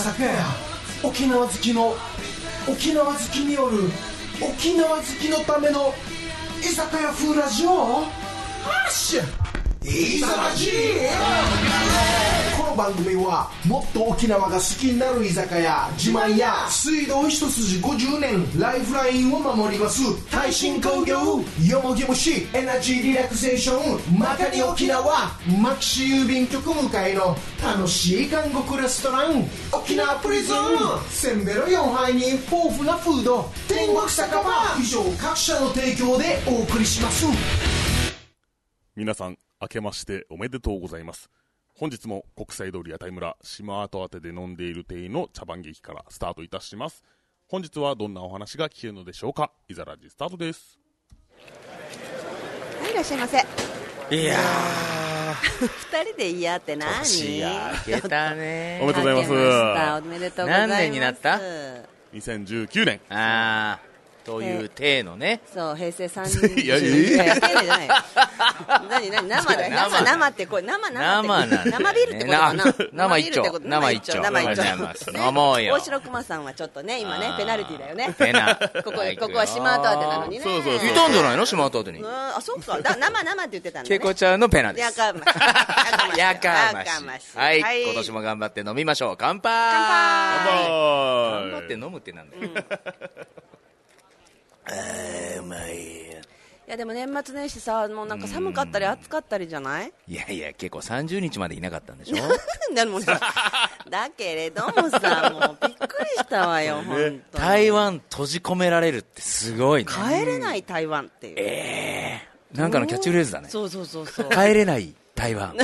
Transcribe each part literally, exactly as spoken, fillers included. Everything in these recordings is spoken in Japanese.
酒屋、沖縄好きの沖縄好きによる沖縄好きのための居酒屋風ラジオ。はっしゃいざらじ。この番組はもっと沖縄が好きになる居酒屋自慢や水道一筋ごじゅうねんライフラインを守ります耐震工業よもぎ虫エナジーリラクゼーションまかに沖縄マキシ郵便局向かいの楽しい韓国レストラン沖縄プリズン。せんべろよんはいに豊富なフード天国酒場。以上各社の提供でお送りします。 皆さん明けましておめでとうございます。本日も国際通り屋台村島跡宛てで飲んでいる亭の茶番劇からスタートいたします。本日はどんなお話が聞けるのでしょうか。いざらじスタートです。 はい、いらっしゃいませ。 いやー二人でいやって何？ 年が明けたね。 おめでとうございます。 おめでとうございます。 何年になった？ にせんじゅうきゅうねん。 あーという体のね。 そう、平成さんじゅういやいやいやいや体じゃないよ。何何生だよ。生生ってこれ生生って生なんだよね生ビールってことかな。 生一丁生一丁生一丁。 飲もうよ。 大城熊さんはちょっとね今ねペナルティだよね。 ペナ。 ここここは島跡宛てなのにね。 そうそうそう。 いたんじゃないの島跡宛てに。 うん、あ、そっか。だ生生って言ってたんだね。 けいこちゃんのペナです。 やかましい。 やかましい。はい、今年も頑張って飲みましょう。乾杯。 乾杯。 頑張って飲むってなんだよ。あーうまい。 いやでも年末年始さ、もうなんか寒かったり暑かったりじゃない？ いやいや、結構さんじゅうにちまでいなかったんでしょ。 でもさだけれどもさ、もうびっくりしたわよ、本当に。 台湾閉じ込められるってすごいね。 帰れない台湾っていう。 ええー、なんかのキャッチフレーズだね。 そうそうそうそう。 帰れない台湾。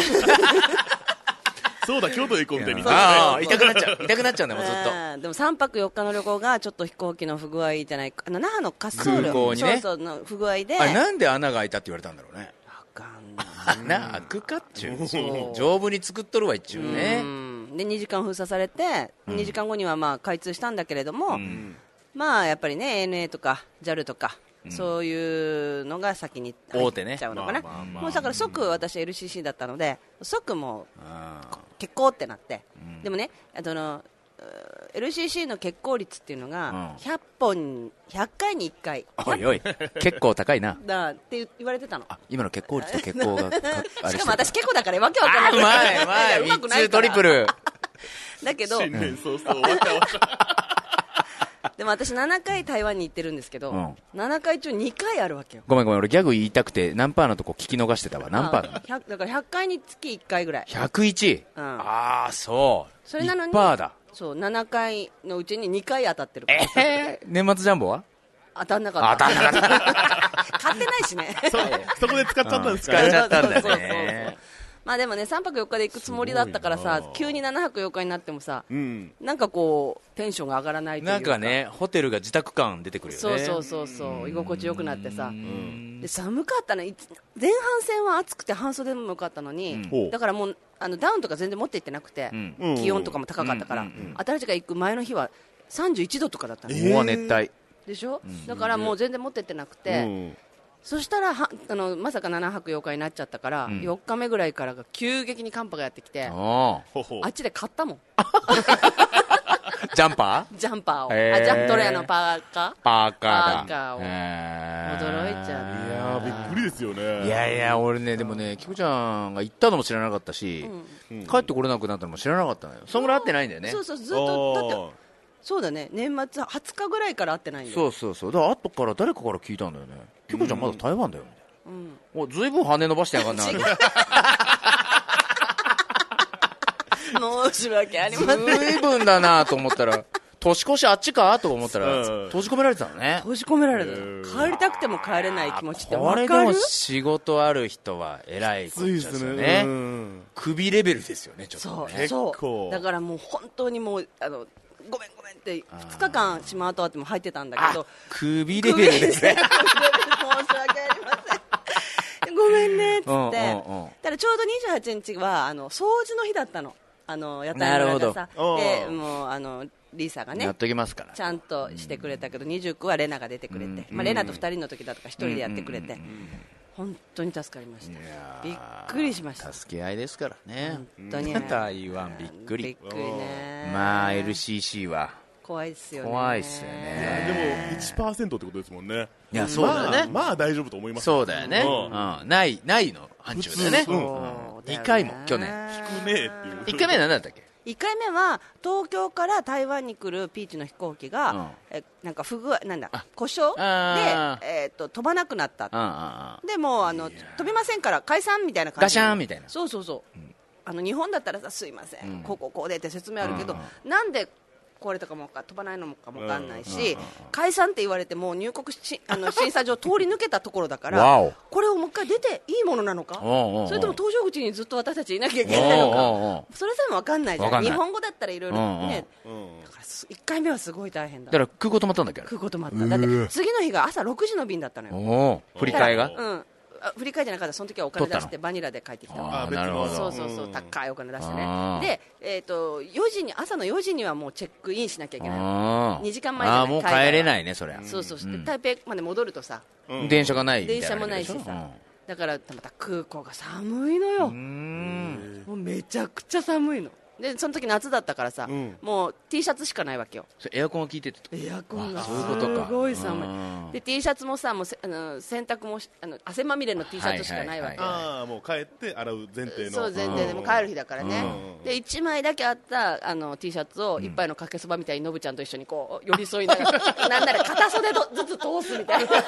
そうだ、京都へ行こうみたいに。 ああ、痛くなっちゃう。痛くなっちゃうんだもん、ずっと。 でもさんぱくよっかの旅行がちょっと飛行機の不具合じゃない、あの那覇の滑走路空港にね、 そうそうの不具合で。 あれなんで穴が開いたって言われたんだろうね。 分かんない。 穴開くかっちゅう。丈夫に作っとるわいっちゅうね。 うんでにじかん封鎖されて、うん、にじかんごにはまあ開通したんだけれども、うん、まあやっぱりね エーエヌエー とか ジャル とか、うん、そういうのが先に入っちゃうのかな。もうだから即私 エルシーシー だったので即もう欠航ってなって、うん、でもねあの エルシーシー の欠航率っていうのがひゃっぽんひゃっかいにいっかい、 おいおい結構高いなだって言われてたの。 あ、今の欠航率と欠航がしかも私結構だからわけわかんない。 うまいうまい、みっつトリプルだけど新年早々わかわかでも私ななかい台湾に行ってるんですけど、うん、ななかい中にかいあるわけよ。 ごめんごめん、俺ギャグ言いたくて何パーのとこ聞き逃してたわ。何パーだ？ だからひゃっかいにつきいっかいぐらい。 ひゃくいち、うん、ああそう、 それなのにいちパーセントだ。 そうななかいのうちににかい当たってるから。 えー、年末ジャンボは当たんなかった。 当たんなかった買ってないしね。 そ, そこで使っちゃったんですか、 ね、 うん、 使っちゃったんだね。 そうそうそう、まあでもねさんぱくよっかで行くつもりだったからさ、急にななはくよっかになってもさ、うん、なんかこうテンションが上がらないというか、 なんかねホテルが自宅感出てくるよね。 そうそうそうそう、うん、居心地よくなってさ、うん、で寒かったね。前半戦は暑くて半袖でもよかったのに、うん、だからもうあのダウンとか全然持って行ってなくて、うん、気温とかも高かったから、うんうんうん、新しが行く前の日はさんじゅういちどとかだったの。 もう熱帯でしょ、うん、だからもう全然持ってってなくて、うん、そしたらはあのまさかななはくよっかになっちゃったから、うん、よっかめぐらいからが急激に寒波がやってきて、あっちで買ったもんジャンパージャンパーを、えー、あジャントレアのパーカーパーカーだパーカーを、えー、驚いちゃう。 いやびっくりですよね。 いやいや俺ねでもねキコちゃんが行ったのも知らなかったし、うん、帰ってこれなくなったのも知らなかったのよ。そんぐらい会ってないんだよね。 そうそうずっとだってそうだね、年末はつかぐらいから会ってないんだよ。 そうそうそう、だから後から誰かから聞いたんだよね。キコちゃんまだ台湾だよみたいな、うん、おずいぶん羽伸ばしてやがんなあれ申し訳ありません。 ずいぶんだなと思ったら年越しあっちかと思ったら閉じ込められてたのね。 閉じ込められた。帰りたくても帰れない気持ちって分かる。 これでも仕事ある人は偉いことですよね。首レベルですよねちょっとね。 そうそうだからもう本当にもうあのごめんごめんってふつかかん島跡あっても入ってたんだけど首レベルですね。申し訳ありませんごめんねっつって、うんうんうん、ただちょうどにじゅうはちにちはあの掃除の日だったの。あの屋台村がさでもうあのリーサがねやっときますからちゃんとしてくれたけど、にじゅうくはレナが出てくれて、まあ、レナとふたりの時だとかひとりでやってくれて、 本当に助かりました。びっくりしました。 助け合いですからね。 本当に台湾びっくり。 びっくりね。 まあ エルシーシー は怖いですよね。 怖いですよね。 でも いちパーセント ってことですもんね。 いやそうだね。 まあ大丈夫と思います。 そうだよね。ないないの範疇だよね。にかいも去年。 聞くねえっていう。 いっかいめは何だったっけ。 いっかいめは東京から台湾に来るピーチの飛行機が、うん、えなんか不具合なんだ故障で、えー、と飛ばなくなったでもうあの飛びませんから解散みたいな感じガシャンみたいな。 そうそうそう、うん、あの日本だったらさすいません、うん、こうこうこうでって説明あるけど、うん、なんで壊れたかもか飛ばないのかも分かんないし、解散って言われても入国しあの審査場通り抜けたところだからこれをもう一回出ていいものなのかそれとも搭乗口にずっと私たちいなきゃいけないのかそれさえも分かんないじゃん。日本語だったらいろいろね、だからいっかいめはすごい大変だ。 だから空港止まったんだっけ。 空港止まった。だって次の日が朝ろくじの便だったのよ。 振り替えが。 うん振り替えじゃなかった。その時はお金出してバニラで帰ってきた。 あなるほど。 そうそうそう高いお金出してね。で、えー、とよじに朝のよじにはもうチェックインしなきゃいけない。にじかんまえじゃない。 あもう帰れないねそりゃ。 そうそう、うん、台北まで戻るとさ、 うん、電車がないみたいな。 電車もないしさ、うん、だからまた空港が寒いのよ。うんもうめちゃくちゃ寒いの。でその時夏だったからさ、うん、もう T シャツしかないわけよ。 エアコンが効いててエアコンがすごい寒いで T シャツもさもうあの洗濯もあの汗まみれの T シャツしかないわけよ。 ああもう帰って洗う前提の。 そう前提でも帰る日だからね。でいちまいだけあったあの T シャツを一杯のかけそばみたいにのぶちゃんと一緒にこう寄り添いながらなんなら片袖ずつ通すみたいな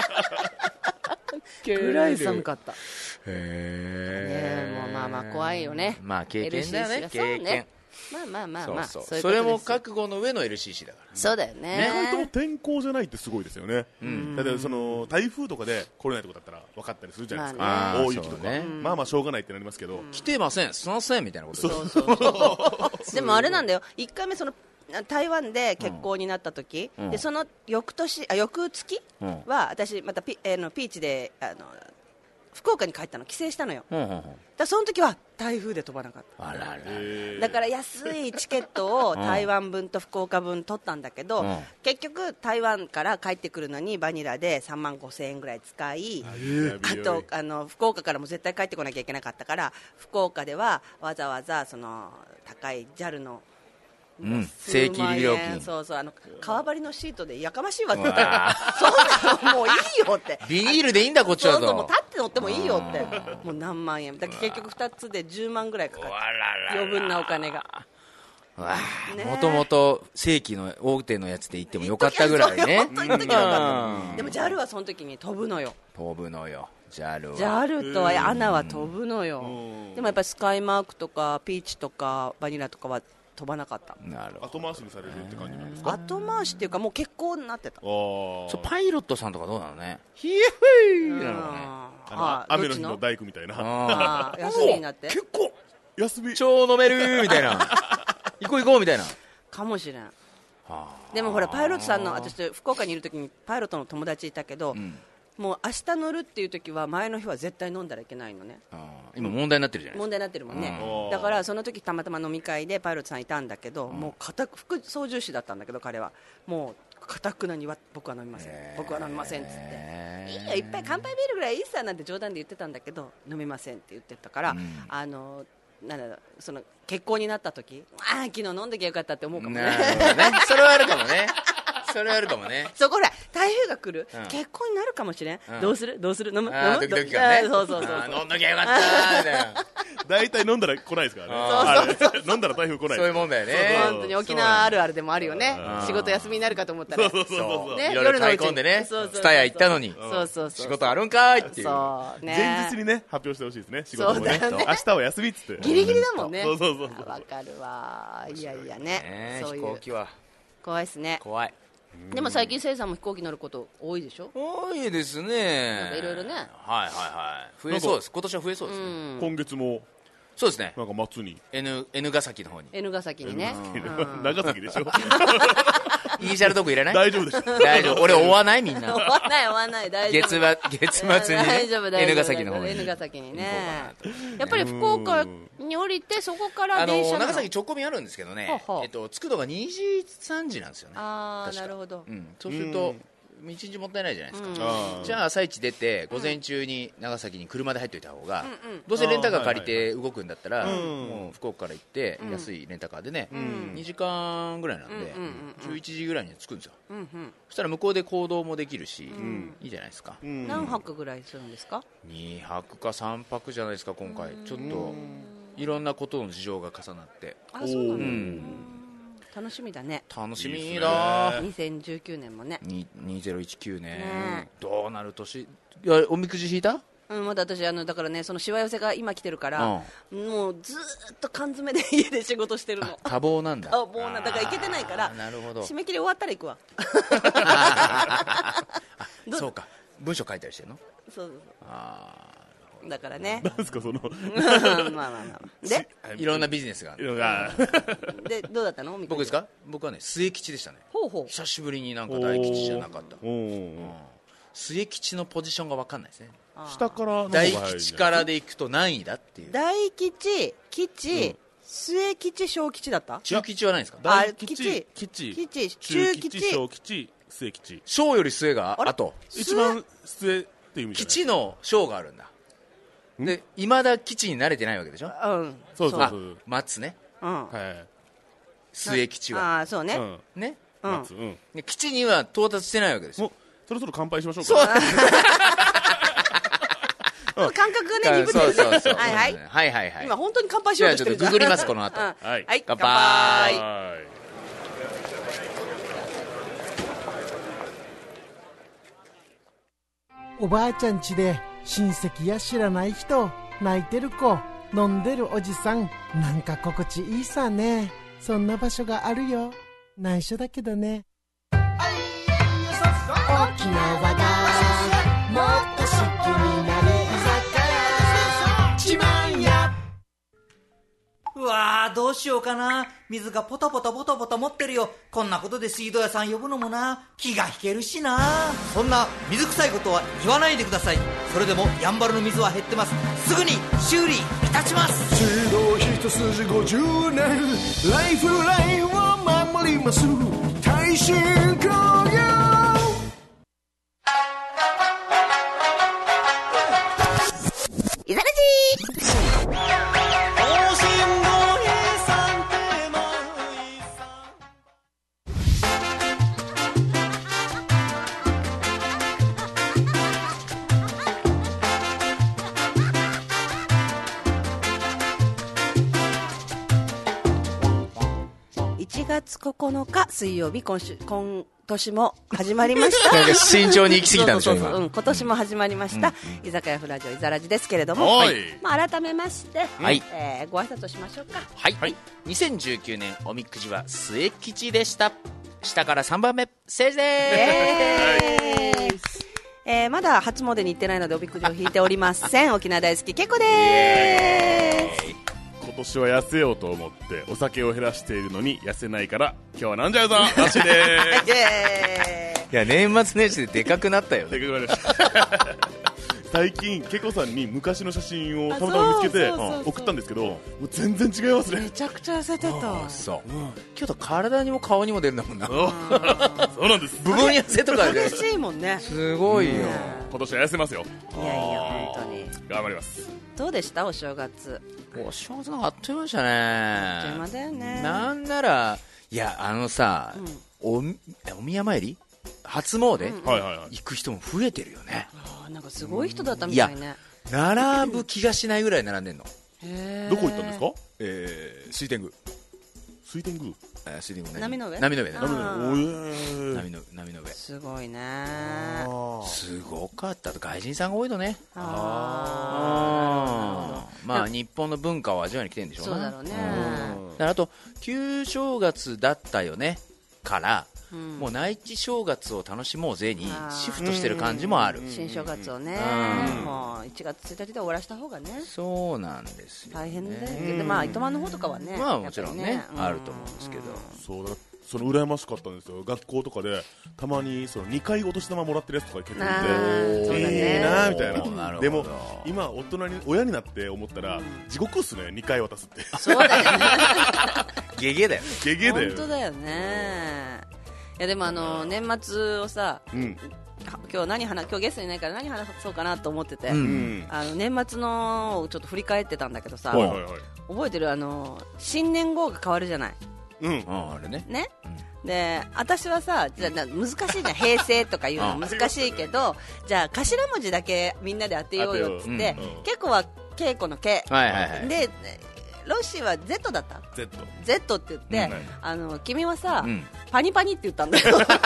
ぐらい寒かった。へえ、もうまあまあ怖いよね。 まあ経験だよね。経験。 まあまあまあまあ。 そうそう。それも覚悟の上の エルシーシー だから。 そうだよね。 意外とも天候じゃないってすごいですよね。だってその台風とかで来れないとこだったら分かったりするじゃないですか。大雪とか。まあまあしょうがないってなりますけど。 来てません、すいませんみたいなこと。 そうそうそう。でもあれなんだよ。いっかいめその台湾で結婚になった時、でその翌年あ翌月は私またピえのピーチであの。福岡に帰ったの帰省したのよ、うんうんうん、だその時は台風で飛ばなかった。 あららだから安いチケットを台湾分と福岡分取ったんだけど、うん、結局台湾から帰ってくるのにバニラでさんまんごせんえんぐらい使い、あとあの福岡からも絶対帰ってこなきゃいけなかったから福岡ではわざわざその高い ジャル のうん、正規入り料金。 そうそうあの革張りのシートでやかましいわって言ったらそんなのもういいよってビニールでいいんだこっちはと。 そうそうもう立って乗ってもいいよってもう何万円だから結局ふたつでじゅうまんぐらいかかって余分なお金がもともと正規の大手のやつで行ってもよかったぐらいね。 本当に言っときゃよかった。でも ジャル はその時に飛ぶのよ。 飛ぶのよ ジャル は。 ジャル とはアナは飛ぶのよ。でもやっぱりスカイマークとかピーチとかバニラとかは飛ばなかった。 なるほど。 後回しにされるって感じなんですか。 後回しっていうかもう結構になってた。 そうパイロットさんとかどうなのね。 ヒエフイなのね。 あ雨の日の大工みたいな。 あ休みになって結構休み超飲めるみたいな行こう行こうみたいなかもしれん。でもほらパイロットさんの私福岡にいる時にパイロットの友達いたけど、うん、もう明日乗るっていう時は前の日は絶対飲んだらいけないのね。 今問題になってるじゃないですか。 問題になってるもんね。だからその時たまたま飲み会でパイロットさんいたんだけど、うん、もう固く副操縦士だったんだけど彼はもう固くなには僕は飲みません僕は飲みませんっつっていいよいっぱい乾杯ビールぐらいいいさなんて冗談で言ってたんだけど飲みませんって言ってたから、うん、あのなんだろうその結婚になった時あ昨日飲んできゃよかったって思うかもね。 なるほどねそれはあるかもねそれはあるかもね。 そこら台風が来る、うん、結婚になるかもしれん、うん、どうするどうする飲む飲むドキドキ感ね。 そうそうそう飲んどきゃよかったみたいな大体飲んだら来ないですからね。そうそうそう飲んだら台風来ない。 そういうもんだよね。 本当に沖縄あるあるでもあるよね。仕事休みになるかと思ったらそうそうそうね、いろいろ買い込んでねスタヤ行ったのにそうそうそう仕事あるんかいっていうそうね前日にね発表してほしいですね。仕事もね明日は休みっつってギリギリだもんね。 そうそうそうわかるわ。いやいやねそういう飛行機は怖いですね。 怖い。 でも最近せいさんも飛行機乗ること多いでしょ。 多いですね。 いろいろね。 はいはいはい増えそうです。今年は増えそうですね。 今月もそうですね。 なんか末に N, N ヶ崎の方に N ヶ崎にね長崎でしょイニシャルトーク入れない。 大丈夫です大丈夫。俺追わないみんな追わない追わない大丈夫。 月, 月末に、ね、 大丈夫大丈夫 N ヶ崎の方に N ヶ崎にねやっぱり福岡に降りてそこから電車あの長崎直行便あるんですけどね、えっと、着くのがにじさんじなんですよね。 ああなるほど、 うん、そうすると一日もったいないじゃないですか、 うん、 じゃあ朝一出て午前中に長崎に車で入っといた方が、うん、どうせレンタカー借りて動くんだったら、うん、もう福岡から行って安いレンタカーでね、うん、にじかんぐらいなんで、うん、じゅういちじぐらいに着くんですよ、うんうん、そしたら向こうで行動もできるし、うん、いいじゃないですか、 うん、何泊ぐらいするんですか？ にはくかさんぱくじゃないですか今回。ちょっといろんなことの事情が重なって。 あ、そうなんだ、うん、楽しみだね。 楽しみだ。 にせんじゅうきゅうねんもね。 にせんじゅうきゅうねん、ね、どうなる年。いや、おみくじ引いた？ うん、まだ私あのだからね、そのしわ寄せが今来てるから、うん、もうずっと缶詰で家で仕事してるの。 多忙なんだ。 多忙なんだから行けてないから。 なるほど。 締め切り終わったら行くわ。 そうか。文章書いたりしてるの？ そうそうそう。ああ。だからね。 なんですかその。 まあまあまあ。で、 いろんなビジネスがある。 で、どうだったの？ 僕ですか？僕はね、末吉でしたね。ほうほう。久しぶりになんか大吉じゃなかった。末吉のポジションが分かんないですね。 下から大吉からでいくと何位だっていう。 大吉、吉、うん、末吉、小吉だった？ 中吉はないですか？ 大吉、吉、 吉、 中吉、小吉、末吉。 小より末があと。 一番末っていう意味じゃない？ 吉の小があるんだ。で、いまだ吉に慣れてないわけでしょ？ うん。 そうそうそう。 松ね。 うん。 はい。 末吉は。 ああ、そうね。 ね。 松。うん。 吉には到達してないわけですよ。 そろそろ乾杯しましょうか。 そう。 感覚がね、鈍ってるね。 そうそうそう。 はいはい。 はいはいはい。 今本当に乾杯しようとしてるじゃあちょっとググりますこの後。 はい。 乾杯。 おばあちゃん家で親戚や知らない人、泣いてる子、飲んでるおじさん、なんか心地いいさね。そんな場所があるよ。内緒だけどね。沖縄がもっと好きになる居酒屋自慢や。 うわー、どうしようかな。水がポタポタポタポタ持ってるよ。こんなことで水道屋さん呼ぶのもな、気が引けるしな。そんな水臭いことは言わないでください。それでもやんばるの水は減ってます。すぐに修理いたします。 水道一筋ごじゅうねん、ライフラインを守ります。耐震工業。 いざらじいちがつここのか水曜日、今週今年も始まりました。 なんか慎重に行き過ぎたんでしょう今。うん、今年も始まりました、うん、居酒屋フラジオいざらじですけれども、はい、まあ、改めまして、はいえー、ご挨拶をしましょうか。 はい、はい、にせんじゅうきゅうねんおみくじは末吉でした。下からさんばんめせいじでーす。 えー、まだ初詣に行ってないのでおみくじを引いておりません。沖縄大好きけいこでーす。 今年は痩せようと思ってお酒を減らしているのに痩せないから今日は飲んじゃうぞらしいでーす。 いや年末年始ででかくなったよね。 でかくなりました最近けこさんに昔の写真をたまたま見つけて送ったんですけど、もう全然違いますね。 めちゃくちゃ痩せてた。 そう、うん、今日体にも顔にも出るんだもんな。 そうなんです。 部分痩せとかで嬉しいもんね。 すごいよ、 今年は痩せますよ。 いやいや本当に頑張ります。 どうでしたお正月？ お正月なんかあっという間でしたね。 あっという間だよね。 なんならいやあのさ、うん、お, お宮参り初詣、うん、行く人も増えてるよね。 あなんかすごい人だったみたいね。 いや並ぶ気がしないぐらい並んでんの。 へどこ行ったんですか？ えー、水天宮。 水天宮、 えー、水天宮波の上波の上波の上波の波の上すごいね。 すごかった。外人さんが多いのね。 ああまあ日本の文化を味わいに来てるんでしょうね。 そうだろうね。 あと旧正月だったよねから、うん、もう内地正月を楽しもうぜにシフトしてる感じもある。 新正月をね、うん、もういちがつついたちで終わらした方がね。 そうなんですよ、ね、 大変だけど、まあ糸満の方とかはね、 まあもちろん ね, ね、うん、あると思うんですけど、 そうだその羨ましかったんですよ。学校とかでたまにそのにかいお年玉もらってるやつとか結構いて、いいなみたいな。でも今大人に親になって思ったら、うん、地獄っすねにかい渡すって。 そうだよねゲゲだよゲゲだよ。 本当だよね。 やでもあの年末をさ、 うん、 今日何話今日ゲストいないから何話そうかなと思ってて、 うん、 あの年末のをちょっと振り返ってたんだけどさ、 はいはいはい、 覚えてるあの新年号が変わるじゃない。 うん、 あれね。 ね。うん、で私はさじゃ難しいじゃん平成とかいうの難しいけどじゃあ頭文字だけみんなで当てようよっつって、うん、結構は稽古の稽、 はいはいはい、 でロッシーは Z だった Z, Z って言って、うん、あの君はさ、うん、パニパニって言ったんだよ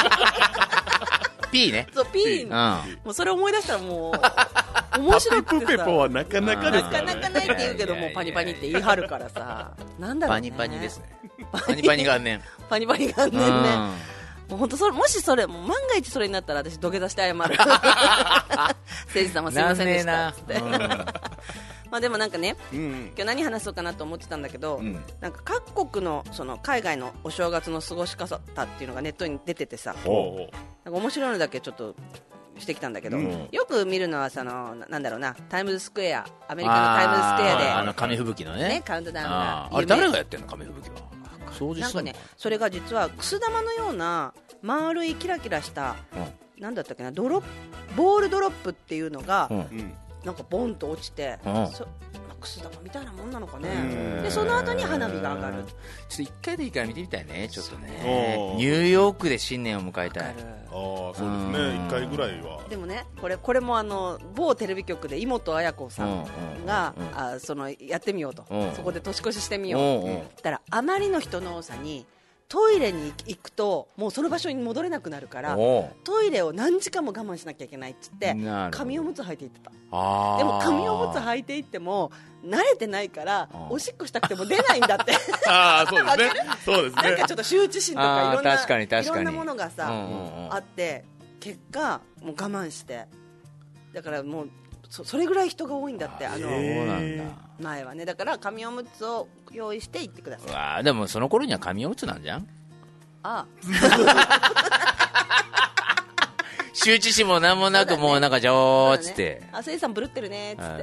P ね。 そう P、うん、もうそれ思い出したらもう面白くてさパピプペポはなかなかですからね。 なかなかないって言うけどもうパニパニって言い張るからさなんだろうね。 パニパニですね。パニパニ元年。 パニパニ元年ね。もう本当それもしそれ万が一それになったら私土下座して謝る。誠司さんはすいませんでしたっつって。まあでもなんかね、うん、今日何話そうかなと思ってたんだけど、うん、なんか各国のその海外のお正月の過ごし方っていうのがネットに出ててさ、なんか面白いのだけちょっとしてきたんだけど、うん、よく見るのはそのなんだろうなタイムズスクエアアメリカのタイムズスクエアであの紙吹雪の ね, ねカウントダウンがあれ誰がやってんの紙吹雪は掃除するのなんかねそれが実はくす玉のような丸いキラキラした、うん、なんだったっけなドロップボールドロップっていうのが、うんなんかボンと落ちて、うん、そくす玉みたいなもんなのかね。でその後に花火が上がる。 ちょっと一回でいいから見てみたいね。ちょっとねニューヨークで新年を迎えたい。ああそうですね一回ぐらいは。 でもねこれこれもあの某テレビ局で妹綾子さんが、うんうん、あそのやってみようと、うん、そこで年越ししてみようって言ったらあまりの人の多さにトイレに行くともうその場所に戻れなくなるからトイレを何時間も我慢しなきゃいけないって言って紙おむつ履いていってた。でも紙おむつ履いていっても慣れてないからおしっこしたくても出ないんだってあそうですねそうですねなんかちょっと羞恥心とかいろんな確かに確かにいろんなものがさ、うんうんうん、あって結果もう我慢してだからもう そ, それぐらい人が多いんだってあのそうなんだ前はねだから紙おむつを用意して行ってください。 うわでもその頃には紙おむつなんじゃん。 ああ羞恥心もなんもなく、ね、もうなんかじゃーっつって、 ね、あせいさんブルってるねっつって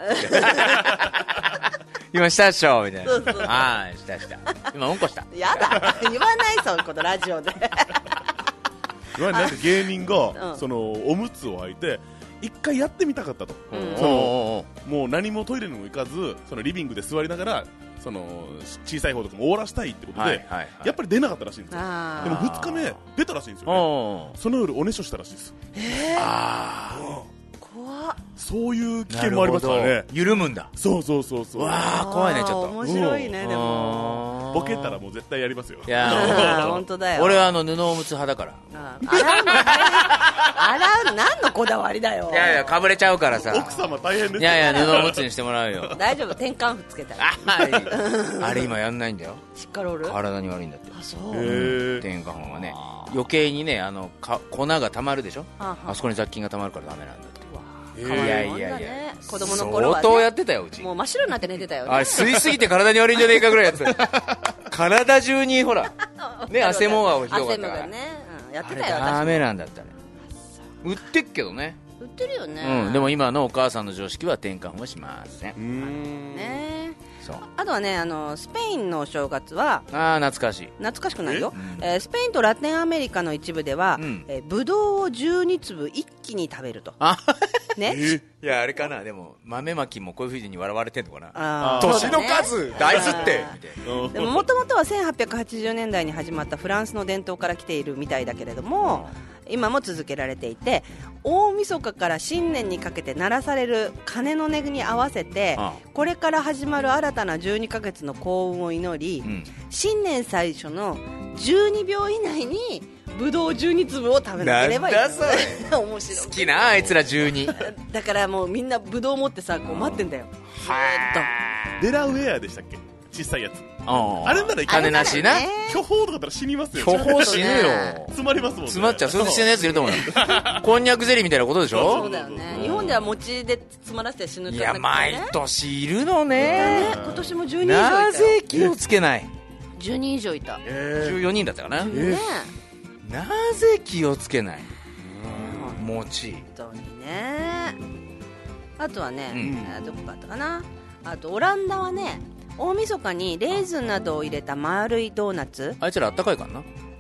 今したっしょみたいな。 そうそうそうああしたした今うんこしたやだ言わないそのことラジオでなんか芸人が、うん、そのおむつを履いて一回やってみたかったと、うん、そのもう何もトイレにも行かずそのリビングで座りながらその小さい方とかも終わらせたいってことで、はいはいはい、やっぱり出なかったらしいんですよ。でもふつかめ出たらしいんですよね。その夜おねしょしたらしいです。 えー、あ怖っ。そういう危険もありますからね。 緩むんだ。 そうそうそうそう。 わあ怖いねちょっと。 面白いね、うん、でもボケたらもう絶対やりますよ。 いや本当だよ。 俺はあの布おむつ派だから。 あ洗うの洗うの何のこだわりだよ。 いやいやかぶれちゃうからさ。 奥様大変ですよ。 いやいや布おむつにしてもらうよ。 大丈夫転換服つけたら。 あれ今やんないんだよ。 しっかりおる。 体に悪いんだって。 あそう。 転換服はね余計にねあのか粉がたまるでしょ。あ, あそこに雑菌がたまるからダメなんだって。 いやいやいや子供の頃は、ね、 相当やってたようち。 もう真っ白になって寝てたよね。 あれ吸いすぎて体に悪いんじゃねえかぐらいやってた体中にほらね汗もがひどかったから。 汗もがね、うん、やってたよ。 ダメなんだったね。売ってっけどね。 売ってるよね、 うん、でも今のお母さんの常識は転換はしません。うーんね。 そうあとはねあのスペインのお正月はあ懐かしい懐かしくないよ、え、うんえー、スペインとラテンアメリカの一部では、うんえー、ブドウをじゅうにつぶ一気に食べるとあねいやあれかなでも豆まきもこういう風に笑われてんのかなあ年の数、ね、大豆ってでももともとはせんはっぴゃくはちじゅうねんだいに始まったフランスの伝統から来ているみたいだけれども、うん、今も続けられていて大晦日から新年にかけて鳴らされる鐘の音に合わせてああこれから始まる新たなじゅうにかげつの幸運を祈り、うん、新年最初のじゅうにびょう以内にブドウじゅうにつぶを食べなければいけない。なんだそれ面白い。 好きなあいつらじゅうにだからもうみんなブドウ持ってさこう待ってんだよ。 はーっとデラウェアでしたっけ小さいやつ。 あ, あれなら金なしな巨峰とかだったら死にますよ。 巨峰死ぬよ詰まりますもんね。 詰まっちゃう。それで死ぬやついると思うよこんにゃくゼリーみたいなことでしょ。 そうだよね。日本では餅で詰まらせて死ぬって、ね、 いや毎年いるの ね, ね今年もじゅうにん以上いたよ。 なぜ気をつけない。 じゅうにん以上いた、 えー、じゅうよにんだったかな、えー、 ねなぜ気をつけない。餅本当にね。あとはね、うん、どこかあったかな。あとオランダはね大晦日にレーズンなどを入れた丸いドーナツ。 あいつらあったかいからな。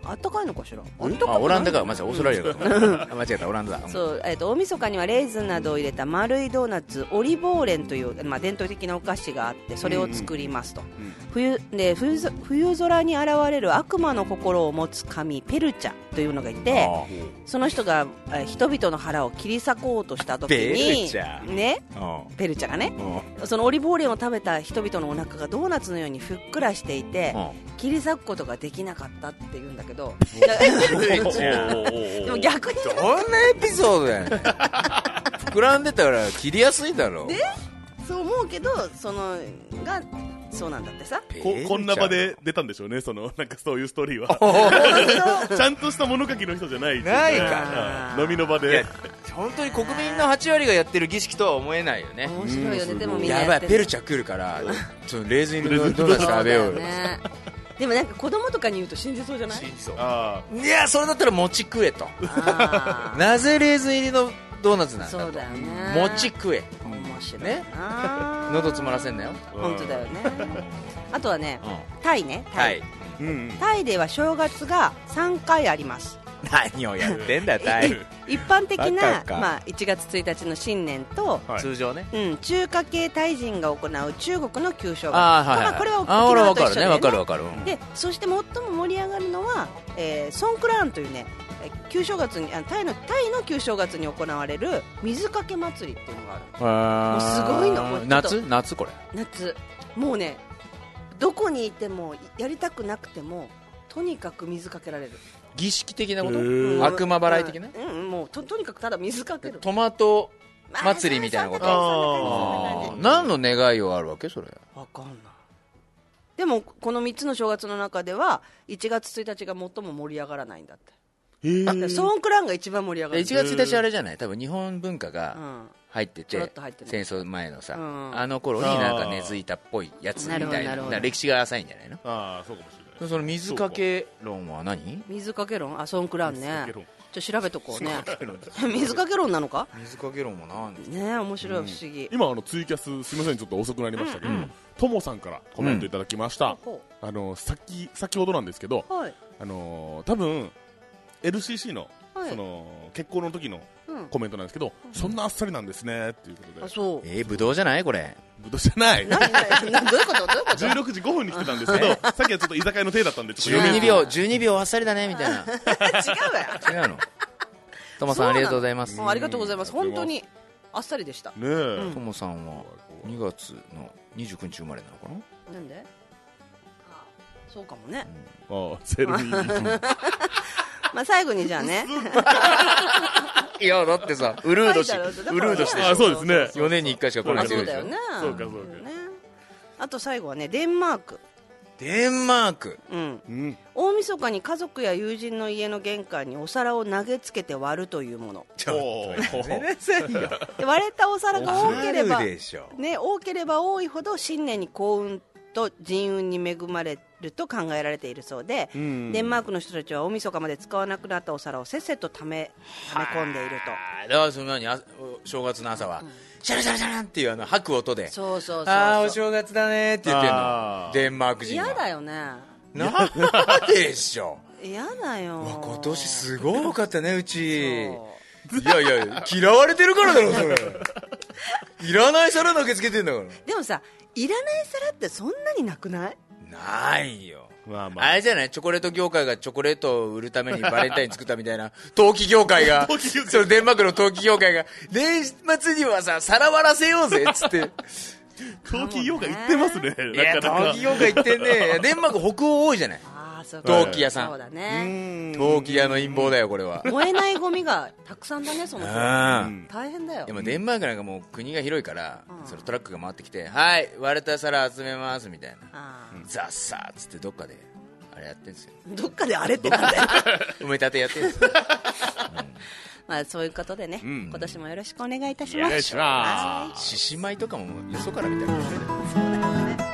あったかいのかしら。 あオランダか、まずオーストラリアか間違えた、オランダだ。 そう、えー、と大晦日にはレーズンなどを入れた丸いドーナツオリボーレンという、まあ、伝統的なお菓子があってそれを作りますと、うんうん、冬, で 冬, 冬空に現れる悪魔の心を持つ神ペルチャというのがいて、その人が、えー、人々の腹を切り裂こうとした時にペルチャ、 ね、ペルチャがね、そのオリボーレンを食べた人々のお腹がドーナツのようにふっくらしていて切り裂くことができなかったって言うんだけどでも逆にどんなエピソードだよね膨らんでたら切りやすいだろう。 でそう思うけどそのがそうなんだってさ。 こ, こんな場で出たんでしょうね、そのなんかそういうストーリーはちゃんとした物書きの人じゃないないか飲みの場で。 本当に国民のはち割がやってる儀式とは思えないよね。 面白いよね。でもみんなやばいペルチャ来るからそのレーズン入りのドーナツ食べようよ。 でもなんか子供とかに言うと信じそうじゃない？ 信じそう。あいやそれだったら餅食えとなぜレーズン入りのドーナツなんだと。 そうだよね。 餅食え。 面白いね。喉詰まらせんなよ。 本当だよね。あとはね、うん、タイね。タイ、 タイ、 うん、タイでは正月がさんかいあります。 何をやってんだタイ一般的な、まあ、いちがつついたちの新年と、 はい、通常ね、 うん、中華系タイ人が行う中国の旧正月。 あ、はいはい、 まあ、これは沖縄と一緒で、ね、 分かる分かる、 でそして最も盛り上がるのは、えー、ソンクラーンというね旧正月にあタイのタイの旧正月に行われる水かけ祭りっていうのがある。もうすごいの。もう夏夏これ夏もうねどこにいてもやりたくなくてもとにかく水かけられる。 儀式的なこと、悪魔払い的な、 うんうん、もう と, とにかくただ水かける。 トマト祭りみたいなこと。ああ何の願いをあるわけそれ。 わかんない。でもこのみっつの正月の中ではいちがつついたちが最も盛り上がらないんだって。あソーンクラーンが一番盛り上がる。 いちがつついたちあれじゃない多分日本文化が入ってて、うん、 入って戦争前のさ、うん、あの頃になんか根付いたっぽいやつみたい な, な歴史が浅いんじゃないの。 ああそうかもしれない。 その水かけ論は何？ 水かけ論あソーンクラーンね。ちょ調べとこうね水かけ論なのか。 水かけ論も何ね面白い、うん、不思議。 今あのツイキャスすみませんちょっと遅くなりましたけど、うんうん、ともさんからコメントいただきました、うん、あの 先, 先ほどなんですけど、はい、あの多分 エルシーシー の、はい、その結婚の時のコメントなんですけど、うん、そんなあっさりなんですねっていうことで。 あそうえー、ぶどうじゃないこれ。 ぶどうじゃない。 どういうことどういうことじゅうろくじごふんに来てたんですけどさっきはちょっと居酒屋の手だったんでちょっとじゅうにびょうじゅうにびょうあっさりだねみたいな違うわよ違うの。ともさんありがとうございます。 ありがとうございます。本当にあっさりでした。ねえともさんはにがつのにじゅうくにち生まれなのかな。 なんであそうかもね、 うん、あゼロにまあ最後にじゃあねいやだってさウルードしウルードしてあそうですねよねんにいっかいしか来ないでしょ。 そうだよね。 そうかそうか、 ね、あと最後はねデンマーク。 デンマーク、 うんうん、大晦日に家族や友人の家の玄関にお皿を投げつけて割るというもの。 ちょっとやめなさいよ割れたお皿が多ければ、ね、多ければ多いほど新年に幸運と人運に恵まれると考えられているそうで、うん、デンマークの人たちは大晦日まで使わなくなったお皿をせっせとためため込んでいると。 だからその何あ正月の朝は、うん、シャラシャラシャランっていうあの吐く音でそうそうそうそう、 ああお正月だねって言ってんのデンマーク人は。 嫌だよね。 なんでしょ嫌だよ。 今年すごい多かったねうち。いやいや嫌われてるからだろそれいらない皿投げつけてんだから。 でもさいらない皿ってそんなになくない？ ないよ、まあまあ、あれじゃないチョコレート業界がチョコレートを売るためにバレンタイン作ったみたいな陶器業界がそれデンマークの陶器業界が年末にはさ皿割らせようぜっつって陶器業界行ってますね。 いや陶器業界行ってんねデンマーク北欧多いじゃない陶器屋さん。 そうだね。 陶器屋の陰謀だよこれは。 燃えないゴミがたくさんだねその大変だよ。 でもデンマークなんかもう国が広いから、うん、そのトラックが回ってきてはい割れた皿集めますみたいなザッサーっつってどっかであれやってんですよ。 どっかであれってなんだよ埋め立てやってんですよ、うんまあ、そういうことでね、うん、今年もよろしくお願いいたします。 獅子舞とかもよそから見たら面白いね。 そうだよね。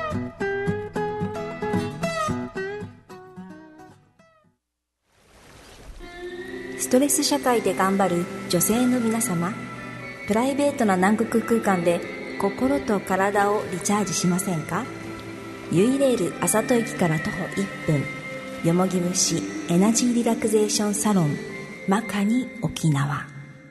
ストレス社会で頑張る女性の皆様、プライベートな南国空間で心と体をリチャージしませんか？ユイレールあさと駅から徒歩いっぷん、 よもぎ虫エナジーリラクゼーションサロンマカニ沖縄。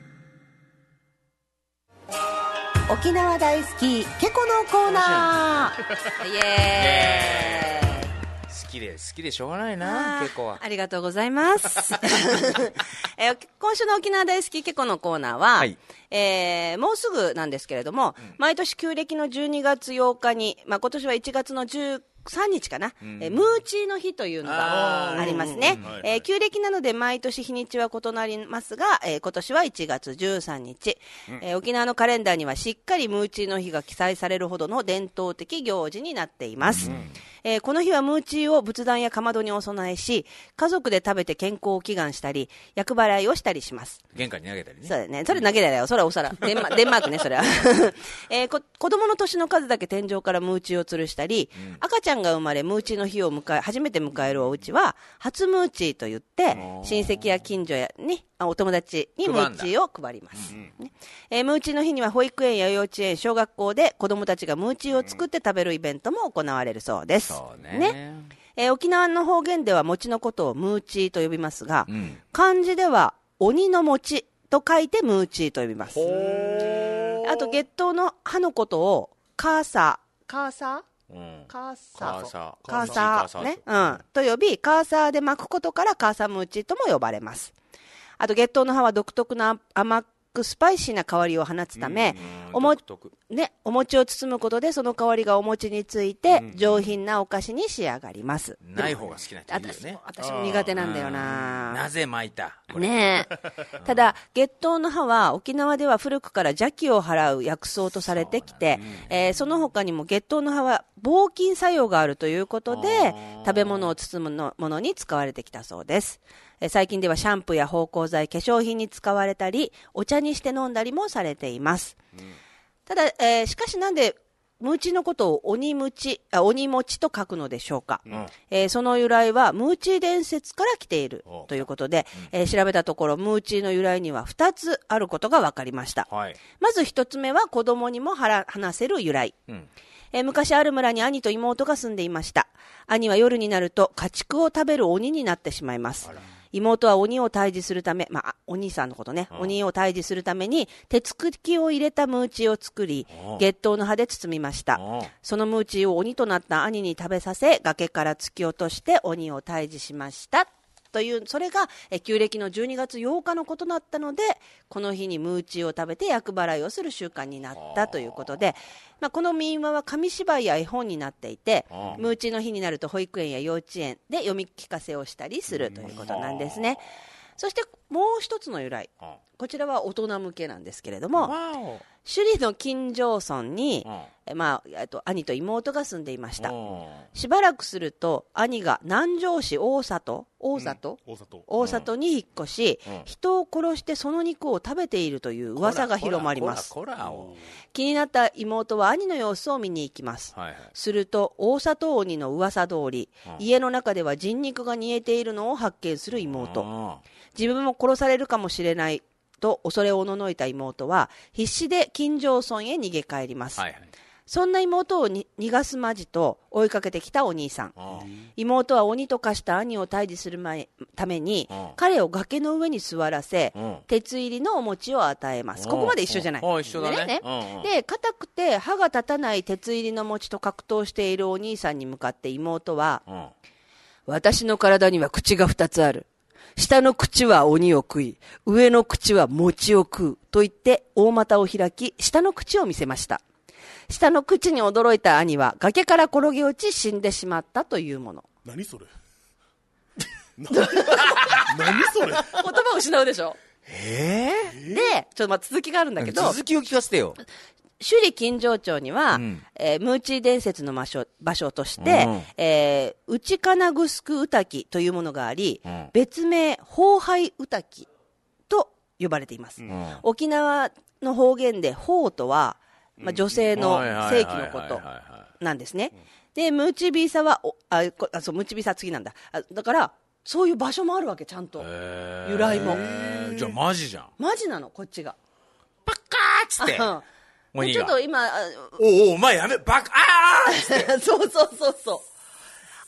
沖縄大好きケコのコーナーイエーイ。 好きで好きでしょうがないな、ケコは。 ありがとうございますえー、今週の沖縄大好きケコのコーナーは、はい、えー、もうすぐなんですけれども、うん、毎年旧暦のじゅうにがつようかに、まあ、今年はいちがつのじゅうさんにちかな、うん、えー、ムーチーの日というのがありますね。えー、旧暦なので毎年日にちは異なりますが、えー、今年はいちがつじゅうさんにち、うん、えー、沖縄のカレンダーにはしっかりムーチーの日が記載されるほどの伝統的行事になっています。うん、えー、この日はムーチーを仏壇やかまどにお供えし、家族で食べて健康を祈願したり厄払いをしたりします。 玄関に投げたりね。 そうだね、それ投げたよ、それはお皿デンマ、デンマークね、それは、えー、こ子供の年の数だけ天井からムーチーを吊るしたり、うん、赤ちゃんが生まれムーチーの日を迎え初めて迎えるお家は初ムーチーと言って親戚や近所やにお友達にムーチーを配ります、うんうん、えー、ムーチーの日には保育園や幼稚園、小学校で子供たちがムーチーを作って食べるイベントも行われるそうです。 そうね、 ね、えー、沖縄の方言では餅のことをムーチーと呼びますが、うん、漢字では鬼の餅と書いてムーチーと呼びます。あと月桃の葉のことをカーサーカーサーうん、カーサーカーサーね、うん、と呼び、カーサーで巻くことからカーサムーチとも呼ばれます。あと月桃の葉は独特な甘くスパイシーな香りを放つため、うん、おもね、お餅を包むことでその香りがお餅について上品なお菓子に仕上がります。 うん、ない方が好きな人いるよね。 私, 私も苦手なんだよな。 なぜ巻いたねえただ月桃の葉は沖縄では古くから邪気を払う薬草とされてきて、 そ,、ねえー、その他にも月桃の葉は防菌作用があるということで食べ物を包むのものに使われてきたそうです。えー、最近ではシャンプーや芳香剤、化粧品に使われたりお茶にして飲んだりもされています。うん、ただ、えー、しかしなんでムーチのことを鬼ムチあ鬼餅と書くのでしょうか。うん、えー、その由来はムーチ伝説から来ているということで、うん、えー、調べたところムーチの由来にはふたつあることが分かりました。はい、まずひとつめは子供にも話せる由来。うん、えー、昔ある村に兄と妹が住んでいました。兄は夜になると家畜を食べる鬼になってしまいます。妹は鬼を退治するため、まあ、お兄さんのことね、うん、鬼を退治するために鉄茎を入れたムーチを作り、うん、月桃の葉で包みました。うん、そのムーチを鬼となった兄に食べさせ、崖から突き落として鬼を退治しましたという、それがえ旧暦のじゅうにがつようかのことだったので、この日にムーチを食べて厄払いをする習慣になったということで、まあ、この民話は紙芝居や絵本になっていて、ムーチの日になると保育園や幼稚園で読み聞かせをしたりするということなんですね。そしてもう一つの由来、こちらは大人向けなんですけれども、首里の金城村に、えまあ、と兄と妹が住んでいました。しばらくすると兄が南城市大里大里、うん、大里大里に引っ越し、うん、人を殺してその肉を食べているという噂が広まります。気になった妹は兄の様子を見に行きます。はいはい、すると大里鬼の噂通り、うん、家の中では人肉が煮えているのを発見する妹。自分も殺されるかもしれないと恐れおののいた妹は必死で金城村へ逃げ帰ります。はいはい、そんな妹をに逃がすまじと追いかけてきたお兄さん。妹は鬼と化した兄を退治する前ために彼を崖の上に座らせ、鉄入りのお餅を与えます。ここまで一緒じゃない。 一緒だね。ね、 で、硬くて歯が立たない鉄入りの餅と格闘しているお兄さんに向かって妹は、私の体には口が二つある。下の口は鬼を食い、上の口は餅を食うと言って大股を開き、下の口を見せました。下の口に驚いた兄は崖から転げ落ち死んでしまったというもの。 何それ何それ言葉を失うでしょ。 えー、で、ちょっとまあ続きがあるんだけど、 続きを聞かせてよ。 首里金城町には、うん、えー、ムーチー伝説の場所、場所として、うん、えー、内金グスクウタキというものがあり、うん、別名宝杯ウタキと呼ばれています。うん、沖縄の方言で宝とは、まあ、女性の性器のことなんですね。で、ムーチビーサはおああそうムーチビーサは次なんだ。あだからそういう場所もあるわけ、ちゃんと由来も。 じゃあマジじゃん。 マジなの、こっちが。 パッカーっつって。 ちょっと今、 おおお前やめバカあーってそうそうそうそう。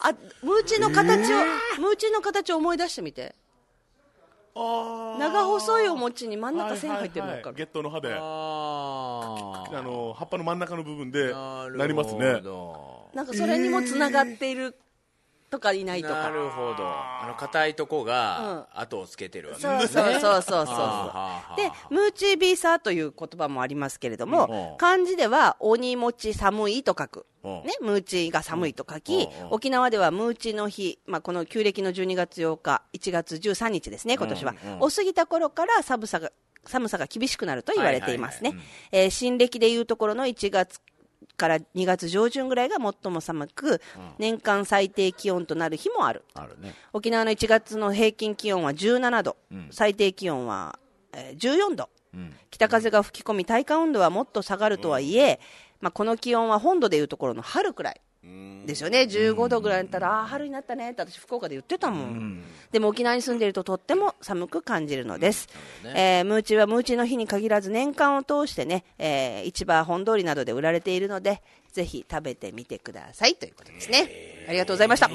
あ、ムーチの形を、えー、ムーチの形を思い出してみて。あ、長細いお餅に真ん中線入ってるのか、はいはいはい、 ゲットの刃で、ああの葉っぱの真ん中の部分でなりますね。 なんかそれにもつながっているとかいないとか、 なるほど、あの硬いとこが後をつけてるわけですね、うん、そうそうそうそうそうで、ムーチービーサーという言葉もありますけれども、うん、漢字では鬼餅寒いと書く、ね、ムーチが寒いと書き、沖縄ではムーチの日、まあ、この旧暦のじゅうにがつようか、いちがつじゅうさんにちですね、今年は、うんうん、お過ぎた頃から寒さが寒さが厳しくなると言われていますね、はいはいはい、うん、えー、新暦でいうところのいちがつからにがつ上旬ぐらいが最も寒く、うん、年間最低気温となる日もある、あるね、沖縄のいちがつの平均気温はじゅうななど、うん、最低気温は、えー、じゅうよんど、うん、北風が吹き込み体感温度はもっと下がるとはいえ、うん、まあ、この気温は本土でいうところの春くらいですよね。じゅうごどぐらいだったら、あ、春になったねって私福岡で言ってたもん、うん、でも沖縄に住んでいるととっても寒く感じるのです、うんね、えー、ムーチはムーチの日に限らず年間を通してね、えー、市場本通りなどで売られているので、ぜひ食べてみてくださいということですね。ありがとうございました。こち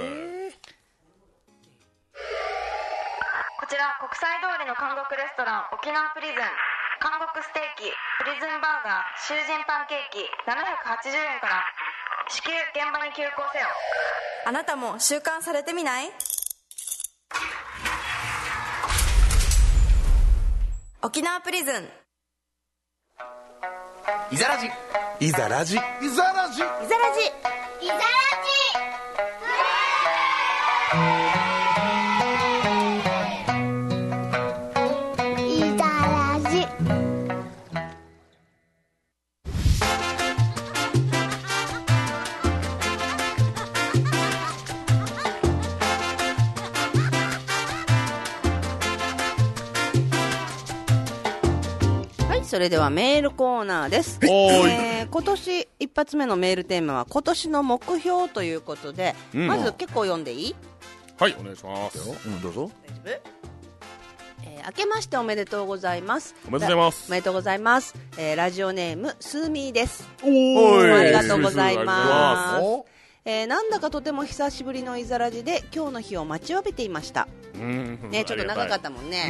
ら国際通りの韓国レストラン沖縄プリズン、韓国ステーキ、プリズンバーガー、囚人パンケーキななひゃくはちじゅうえんから。至急現場に急行せよ。 あなたも習慣されてみない？沖縄プリズン。 いざらじいざらじいざらじいざらじいざらじいざらじ。 それではメールコーナーです、えー、今年一発目のメールテーマは今年の目標ということで、うん、まず結構読んでいい？ はい、お願いします、 うん、どうぞ。 大丈夫？えー、明けましておめでとうございます。 おめでとうございます。 おめでとうございます、えー、ラジオネームスーミーです。おー、ありがとうございます。えー、なんだかとても久しぶりのいざらじで今日の日を待ちわびていました、うんね、ちょっと長かったもんね。うん、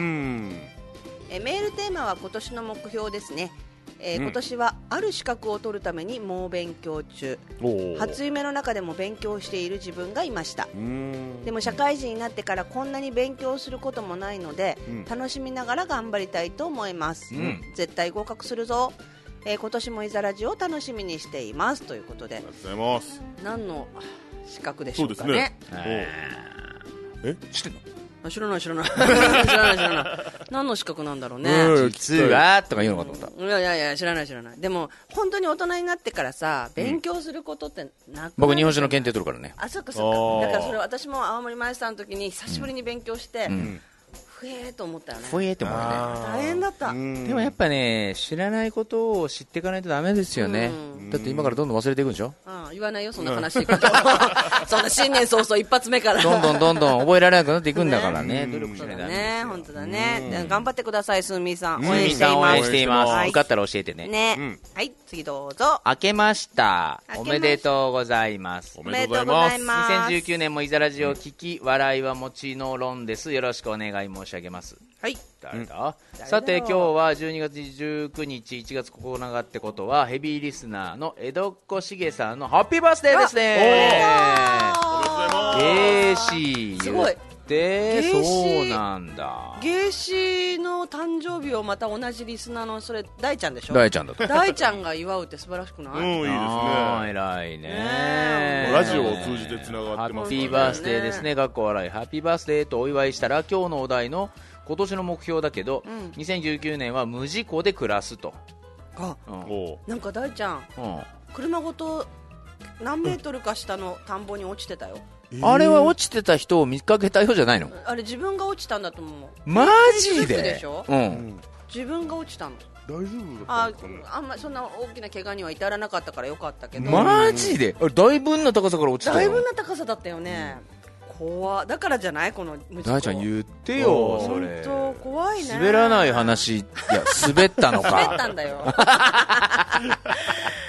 えー、メールテーマは今年の目標ですね。えー、今年はある資格を取るために猛勉強中、初夢の中でも勉強している自分がいました。でも社会人になってからこんなに勉強することもないので、うん、楽しみながら頑張りたいと思います、うん、絶対合格するぞ、えー、今年もいざらじを楽しみにしていますということで。ありがとうございます。何の資格でしょうかね。そうですね。 え、知ってんの？ 知らない知らない知らない知らない何の資格なんだろうね。 実はとか言うのかと思った。 いやいやいや知らない知らない。でも本当に大人になってからさ、勉強することってなく、 僕日本史の検定取るからね。 あ、そっかそっか。だからそれ私も青森マイスターの時に久しぶりに勉強して、うん、ふえーと思ったよね。 ふえーと思うよね。 大変だった。でもやっぱね、知らないことを知っていかないとダメですよね。だって今からどんどん忘れていくんでしょ。 ああ、言わないよそんな話そんな新年早々一発目からどんどんどんどん覚えられなくなっていくんだからね。努力しないとね。 本当だね。頑張ってくださいスーミーさん。 応援しています。応援しています。受かったら教えてね。 ね。はい、次どうぞ。 明けました。おめでとうございます。 おめでとうございます。 にせんじゅうきゅうねんもいざらじを聞き、笑いはもちのろんです。よろしくお願い申し上げます。 はい。 誰だ、うん、さて今日はじゅうにがつじゅうくにちいちがつここのかってことはヘビーリスナーの江戸っ子しげさんのハッピーバースデーですね。 おめでとうございます。 ゲーシすごいで、そうなんだ。 ゲーシの誕生日をまた同じリスナーのそれ大ちゃんでしょ。 大ちゃんだと。 大ちゃんが祝うって素晴らしくない？ うん、いいですね。 偉いね。 ラジオを通じてつながってますからね。 ハッピーバースデーですね。かっこ笑い。ハッピーバースデーとお祝いしたら今日のお題の今年の目標だけど、うん、にせんじゅうきゅうねんは無事故で暮らすと。 あ、うん、なんか大ちゃん、うん、車ごと何メートルか下の田んぼに落ちてたよ。 えー、あれは落ちてた人を見かけたようじゃないの？ あれ自分が落ちたんだと思う。 マジで？ でしょ？うん、自分が落ちたの。 大丈夫だったんですかね。 あ、あんまそんな大きな怪我には至らなかったからよかったけど。 マジで？あれだいぶな高さから落ちたの？ だいぶな高さだったよね。うん、怖だからじゃないこの無事故。 大ちゃん言ってよそれ。 本当怖いね。 滑らない話。いや滑ったのか。 滑ったんだよ。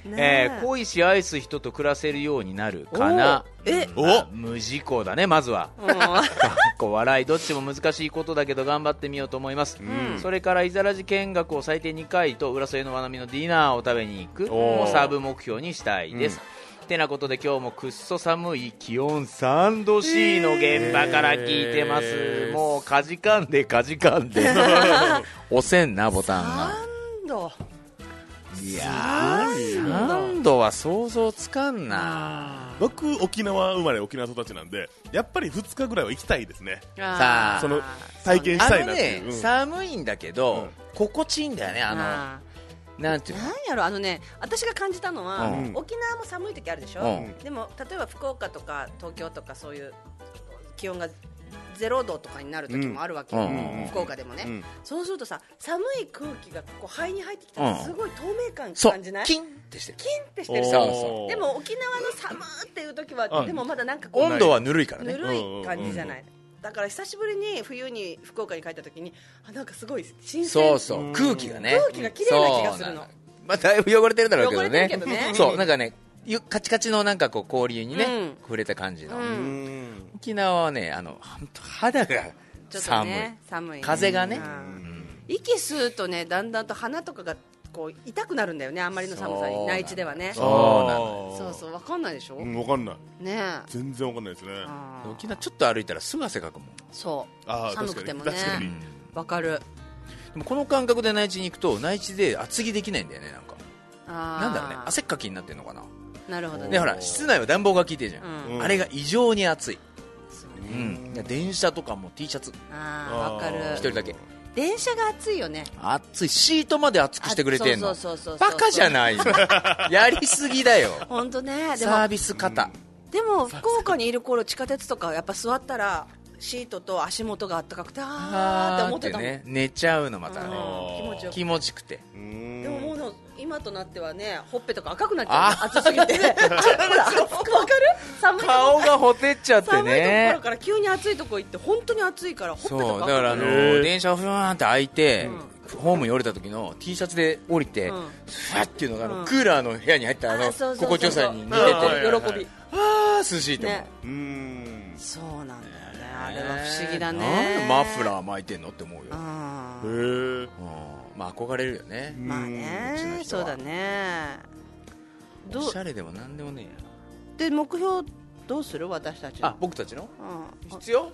えー、恋し愛す人と暮らせるようになるかな。 えお無事故だね、まずは。かっこ笑い、どっちも難しいことだけど頑張ってみようと思います、うん、それからイザラジ見学を最低にかいと浦添のわなみのディナーを食べに行くをサブ目標にしたいです、うん、てなことで今日もくっそ寒い気温さんど C の現場から聞いてます、えー、もうかじかんでかじかんで押せんなボタンがさんどいやーさんどは想像つかんな。 僕沖縄生まれ沖縄育ちなんでやっぱりふつかぐらいは行きたいですね。 さあその体験したいなっていう、 あのね、うん、寒いんだけど、うん、心地いいんだよね。あのあなんていうのなんやろあのね私が感じたのは、うん、沖縄も寒い時あるでしょ、うん、でも例えば福岡とか東京とかそういう気温がゼロどとかになる時もあるわけよ、うん、福岡でもね、うん、そうするとさ寒い空気がこう肺に入ってきたらすごい透明感感じない？ キンってしてるキンってしてるそうそうでも沖縄の寒ーっていう時はでもまだなんかこう温度はぬるいからねぬるい感じじゃない、だから久しぶりに冬に福岡に帰った時にあなんかすごい新鮮そうそう空気がね空気が綺麗な気がするの。 まあだいぶ汚れてるだろうけどね。 汚れてるけどねそうなんかねカチカチのなんかこう氷にね、うん、触れた感じの、うん、沖縄はねあの肌が寒い、ね、寒いね、風がね、うん、 息吸うとねだんだんと鼻とかがこう痛くなるんだよね、あんまりの寒さに内地ではね。 そうなの。 そうそう分かんないでしょ、 うん、分かんないね。 全然分かんないですね。 沖縄ちょっと歩いたらすぐ汗かくもん。 そう寒くてもね分かる。 でもこの感覚で内地に行くと内地で厚着できないんだよね。なんかあなんだろうね汗っかきになってるのかな。 なるほどね。 でほら室内は暖房が効いてるじゃん、うん、あれが異常に暑い、うん、電車とかも T シャツあ分かる。 一人だけ電車が暑いよね。 暑いシートまで暑くしてくれてんの。バカじゃないのやりすぎだよ本当ね。 でもサービス方、 うん、でも福岡にいる頃地下鉄とかやっぱ座ったらシートと足元があったかくてあーって思ってたもん、 ね、寝ちゃうのまたね、 気持ちよく気持ちくて。 でももう今となってはねほっぺとか赤くなっちゃう暑すぎてちょっとほら熱くわかる。寒い顔がほてっちゃってね。 寒いところから急に暑いところ行って本当に暑いからほっぺとか赤くなる。 そうだからあの電車をふわーんって開いて、うん、ホームに降りた時の T シャツで降りて、うん、ファッっていうのがあの、うん、クーラーの部屋に入ったあの心地よさに似てて喜びあー涼しいと思う、ね、 うーんそうなんだよね。あれは不思議だね。 なんでマフラー巻いてんのって思うよ。へー、 まあ憧れるよね。 まあねそうだね。 おしゃれでもなんでもねえや。で目標どうする私たちの。 あ僕たちの、うん、必要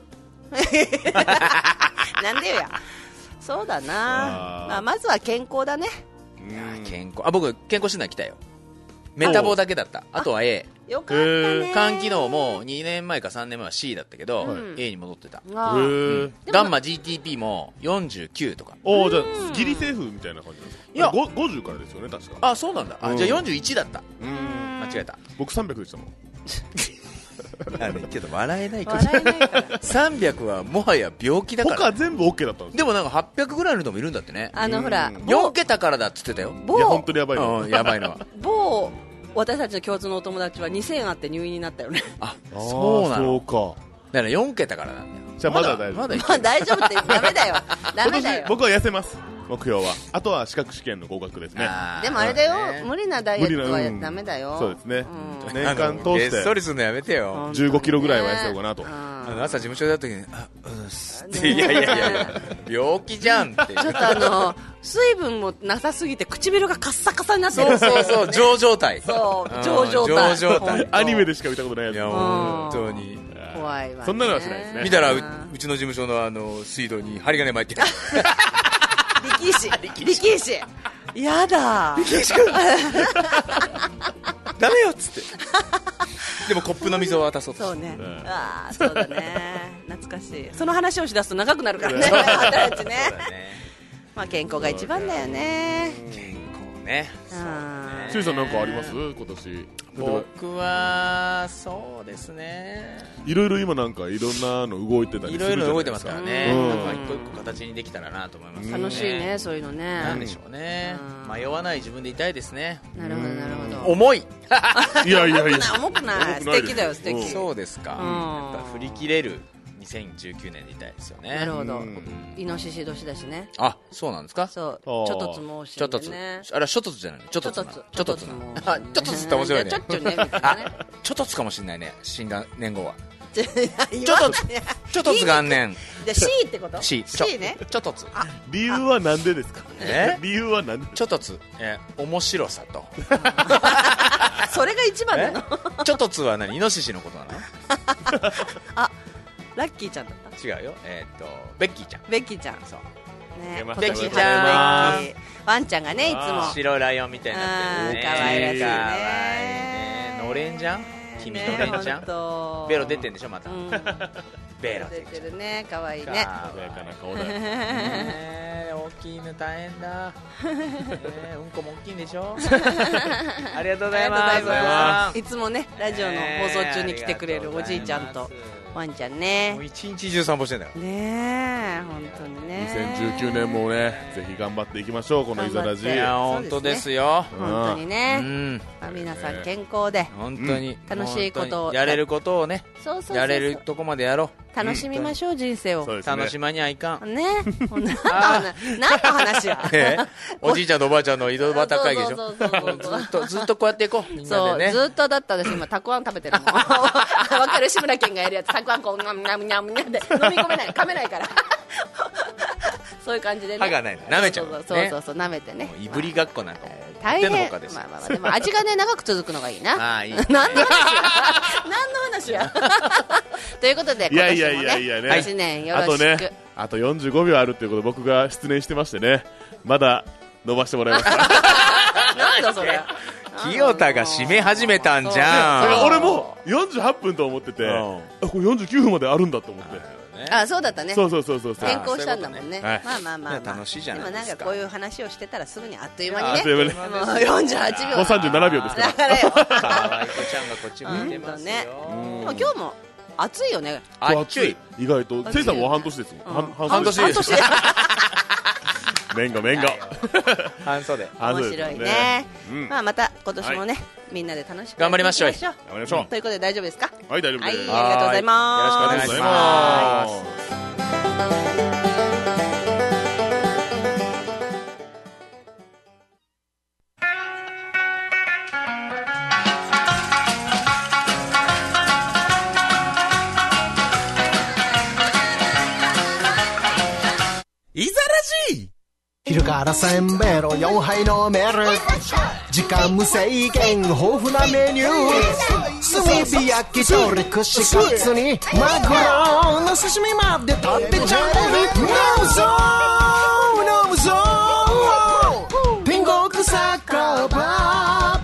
なんでよや。そうだなあ、まあ、まずは健康だね。 いや健康あ僕健康診断来たよ。メタボだけだった。あとは A。 よかったね。 肝機能もにねんまえかさんねんまえは C だったけど、うん、A に戻ってた。 うん、 ガンマ ジーティーピー もよんじゅうきゅうとか。 おじゃあギリセーフみたいな感じですか。いやごじゅうからですよね確か。 あそうなんだ。あじゃあよんじゅういちだった。うん間違えた。 僕さんびゃくでしたもんけど笑えないからさんびゃくはもはや病気だから。 他全部 OK だったんです。 でもなんかはっぴゃくぐらいの人もいるんだってね。 あのほらよん桁からだっつってたよ。 いや本当にやばいの、 うん、やばいのは某私たちの共通のお友達はにせんあって入院になったよね。 あそうなの。 そうか。 だからよん桁からなんだよ。 じゃあまだ大丈夫。 まだまあ大丈夫ってダメだよダメだよ。 僕は痩せます。目標はあとは資格試験の合格ですね。 でもあれだよ、ね、無理なダイエットはダメだよ、うん、 そうですね、うん、年間通してげっそりするのやめてよ。 じゅうごキロぐらいは痩せようかなと、ね、 あの朝事務所で会った時にあうっすって、いやいやいや病気じゃんってちょっとあの水分もなさすぎて唇がカッサカサになってる。 そうそうそう上状態。 そう上状態。 上状態アニメでしか見たことないやつ。いや本当に怖いわ、ね、 そんなのはしないですね。 見たら う, うちの事務所のあの水道に針金巻いてる力士力士やだ力士君ダメよっつってでもコップの水を渡そうと。 そうね、うん、あそうだね懐かしい。その話をしだすと長くなるからね私たちね。まあ健康が一番だよね。 健康ね。 しゅうさんなんかあります今年。 僕はそうですねいろいろ今なんかいろんなの動いてたりするじゃないですか。 いろいろ動いてますからね、うん、なんか一個一個形にできたらなと思います、ね、 楽しいねそういうのね。 なんでしょうね、うん、迷わない自分でいたいですね。 なるほどなるほど。 重いいやいやいや重くない素敵だよ素敵。 そうですか、うん、やっぱ振り切れるにせんじゅうきゅうねんでいたいですよね。 なるほど。イノシシ年だしね。 あ、そうなんですか。 そうちょっとつもしんでね。 あれ、ちょっとつじゃないの。ちょっとつ。ちょっとつ。あ、ちょっとつって面白いね。 ちょっとねみたいなね。 ちょっとつかもしれないね、新年号は。ちょっとつ、ちょっとつ元年。 じゃ C ってこと C。 C ね。 ちょっとつ。 理由はなんでですか。 え理由はなんで。 ちょっとつ、え面白さと。 それが一番なの。 ちょっとつは何、イノシシのことなの。 あ、ラッキーちゃんだった。 違うよ、えっとベッキーちゃん。 ベッキーちゃん。 そうね、 ベッキーちゃん。 ワンちゃんがね、いつも白ライオンみたいになってるね。 可愛らしいね。 可愛いね。のれんじゃん。君のれんちゃん。ベロ出てんでしょまた。ベロ出てるね、可愛いね。 爽やかな顔だよ。 ね、大きいの大変だ。うんこも大きいんでしょ。ありがとうございます。 いつもね、ラジオの放送中に来てくれるおじいちゃんとワンちゃんね。 もう一日中散歩してんだよ。 ねえ、本当にね。 にせんじゅうきゅうねんもね、ぜひ頑張っていきましょう、このイザラジ。 いや、本当ですよ。 本当にね。皆さん健康で本当に楽しいことをやれることをね、やれるとこまでやろう。 楽しみましょう、人生を。 楽しまにはいかんね。何の話や。 おじいちゃんとおばあちゃんの井戸端会議でしょ。ずっとこうやっていこう、みんなでね。 ずっとだった私今たくあん食べてるもん。わかる、志村けんがやるやつ、たくあんこう、にゃむにゃむにゃむにゃって飲み込めない、噛めないから。そういう感じでね。 歯がないの、舐めちゃう。 そうそうそう、舐めてね。 いぶりがっこなんかも大変。まあまあでも味がね、長く続くのがいいな。 ああ、いい。 何の話や。何の話や。ということで、今年もね、一年よろしく。 あとね、あとよんじゅうごびょうあるっていうことで僕が失念してましてね、まだ伸ばしてもらいます。 なんだそれ。 清田が締め始めたんじゃん。俺もよんじゅうはっぷんと思ってて、これよんじゅうきゅうふんまであるんだと思って。 あ、そうだったね。 そうそうそうそう。 変更したんだもんね。まあまあまあ。 楽しいじゃないですか。 でもなんかこういう話をしてたらすぐにあっという間にね。 あっという間に。もうよんじゅうはちびょう。 もうさんじゅうななびょうですから。 だからよ。 可愛い子ちゃんがこっち向いてますよ。 でも今日も暑いよね。 暑い。意外と。せいさんも半年ですもん。 半年です。 めんごめんご。 半袖。 面白いね。まあまた今年もね、みんなで楽しく頑張りましょう。 頑張りましょう。 ということで大丈夫ですか？ はい、大丈夫です。 はい、ありがとうございます。 よろしくお願いします。 いざらじ昼からせんべろよんはい飲める時間無制限豊富なメニュー炭火焼き鳥串カツにマグロの刺身まで食べちゃう飲むぞ飲むぞ天国酒場。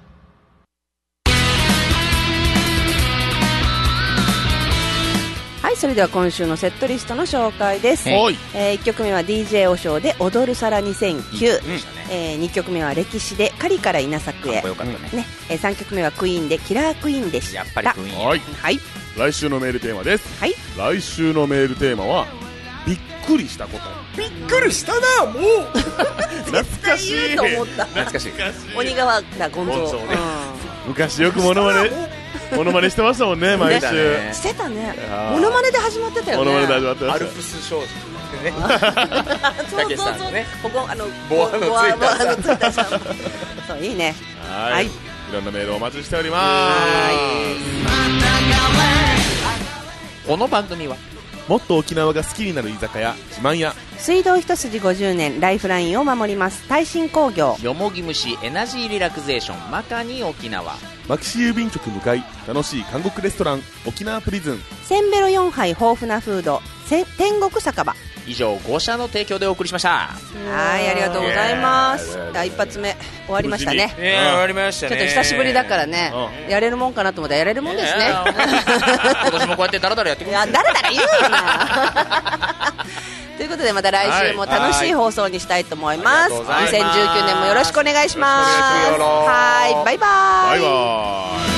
はい、それでは今週のセットリストの紹介です。 はい、 えー、いっきょくめは ディージェー おしょうで踊る皿にせんきゅう、うん、えー、にきょくめは歴史で狩りから稲作へ、 かっこよかったね。 ね、えー、さんきょくめはクイーンでキラークイーンでした。 やっぱりクイーン、 はい、 はい、 来週のメールテーマです。 はい、 来週のメールテーマはびっくりしたこと。 びっくりしたな、もう懐かしい。 と思った。 懐かしい。 鬼川だゴンゾー、ね、 うん、昔よくモノマネモノマネしてましたもんね、毎週。 ね、してたね。モノマネで始まってたよね。 モノマネで始まってました。 アルプス少女ね。 そうそうそうね。ここあのボアのついたさ。 そういいね。 はい。いろんなメールお待ちしております。 この番組はもっと沖縄が好きになる居酒屋自慢屋、 水道一筋ごじゅうねんライフラインを守ります耐震工業、 よもぎ虫エナジーリラクゼーションマカニ沖縄、 牧師郵便局向かい楽しい韓国レストラン沖縄プリズン、 せんべろよんはい豊富なフード天国酒場。 以上ご社の提供でお送りしました。 はい、ありがとうございます。一発目終わりましたね。 終わりましたね。 ちょっと久しぶりだからね、やれるもんかなと思ったらやれるもんですね。 今年もこうやってダラダラやってくる。 いや、ダラダラ言うな。ということでまた来週も楽しい放送にしたいと思います。にせんじゅうきゅうねんもよろしくお願いします。はい、バイバイ。 バイバイ。